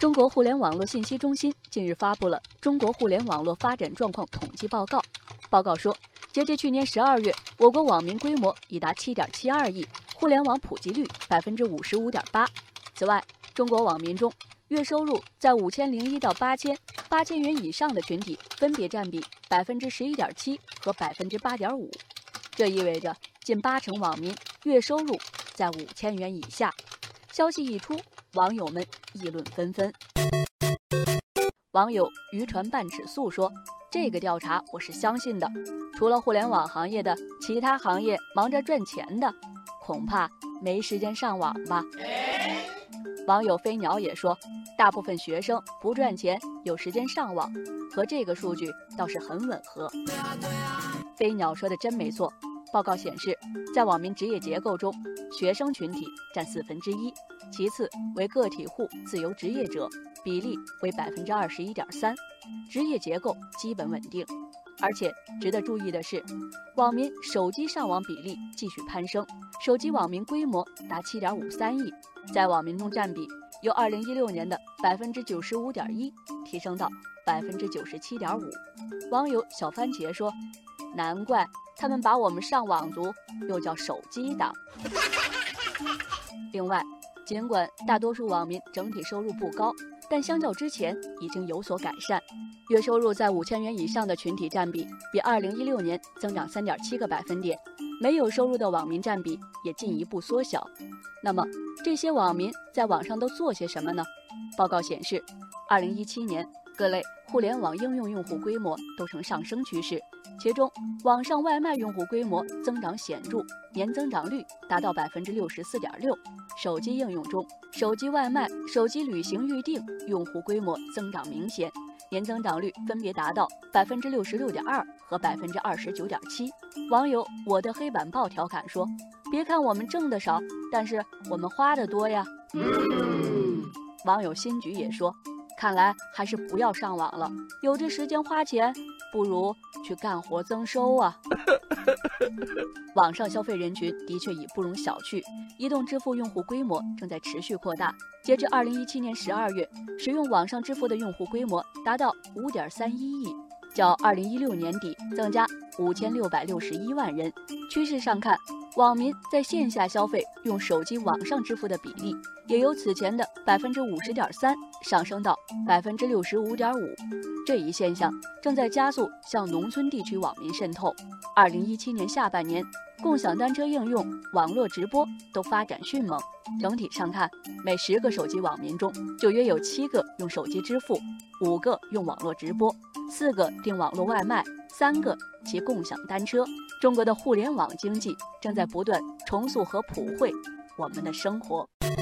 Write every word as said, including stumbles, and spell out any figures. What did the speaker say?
中国互联网络信息中心近日发布了《中国互联网络发展状况统计报告》。报告说，截至去年十二月，我国网民规模已达 七点七二亿，互联网普及率 百分之五十五点八。此外，中国网民中，月收入在五千零一到八千、八千元以上的群体分别占比 百分之十一点七 和 百分之八点五。这意味着近八成网民月收入在五千元以下。消息一出，网友们议论纷纷。网友渔船半尺素说：“这个调查我是相信的，除了互联网行业的其他行业忙着赚钱的，恐怕没时间上网吧。”网友飞鸟也说：“大部分学生不赚钱，有时间上网，和这个数据倒是很吻合。”飞鸟说的真没错。报告显示，在网民职业结构中，学生群体占四分之一，其次为个体户、自由职业者，比例为百分之二十一点三，职业结构基本稳定。而且值得注意的是，网民手机上网比例继续攀升，手机网民规模达七点五三亿，在网民中占比由二零一六年的百分之九十五点一提升到百分之九十七点五。网友小番茄说：“难怪他们把我们上网族又叫手机党。”另外，尽管大多数网民整体收入不高，但相较之前已经有所改善。月收入在五千元以上的群体占比比二零一六年增长 三点七个百分点，没有收入的网民占比也进一步缩小。那么，这些网民在网上都做些什么呢？报告显示，二零一七年各类互联网应用用户规模都呈上升趋势，其中网上外卖用户规模增长显著，年增长率达到 百分之六十四点六。手机应用中，手机外卖、手机旅行预订用户规模增长明显，年增长率分别达到 百分之六十六点二 和 百分之二十九点七。网友我的黑板报调侃说：“别看我们挣的少，但是我们花的多呀。”嗯、网友新菊也说：“看来还是不要上网了，有这时间花钱，不如去干活增收啊。”网上消费人群的确已不容小觑，移动支付用户规模正在持续扩大。截至二零一七年十二月，使用网上支付的用户规模达到 五点三一亿，较二零一六年底增加五千六百六十一万人。趋势上看，网民在线下消费用手机网上支付的比例也由此前的 百分之五十点三 上升到 百分之六十五点五。这一现象正在加速向农村地区网民渗透。二零一七年下半年，共享单车应用、网络直播都发展迅猛。整体上看，每十个手机网民中就约有七个用手机支付，五个用网络直播，四个订网络外卖，三个骑共享单车。中国的互联网经济正在不断重塑和普惠我们的生活。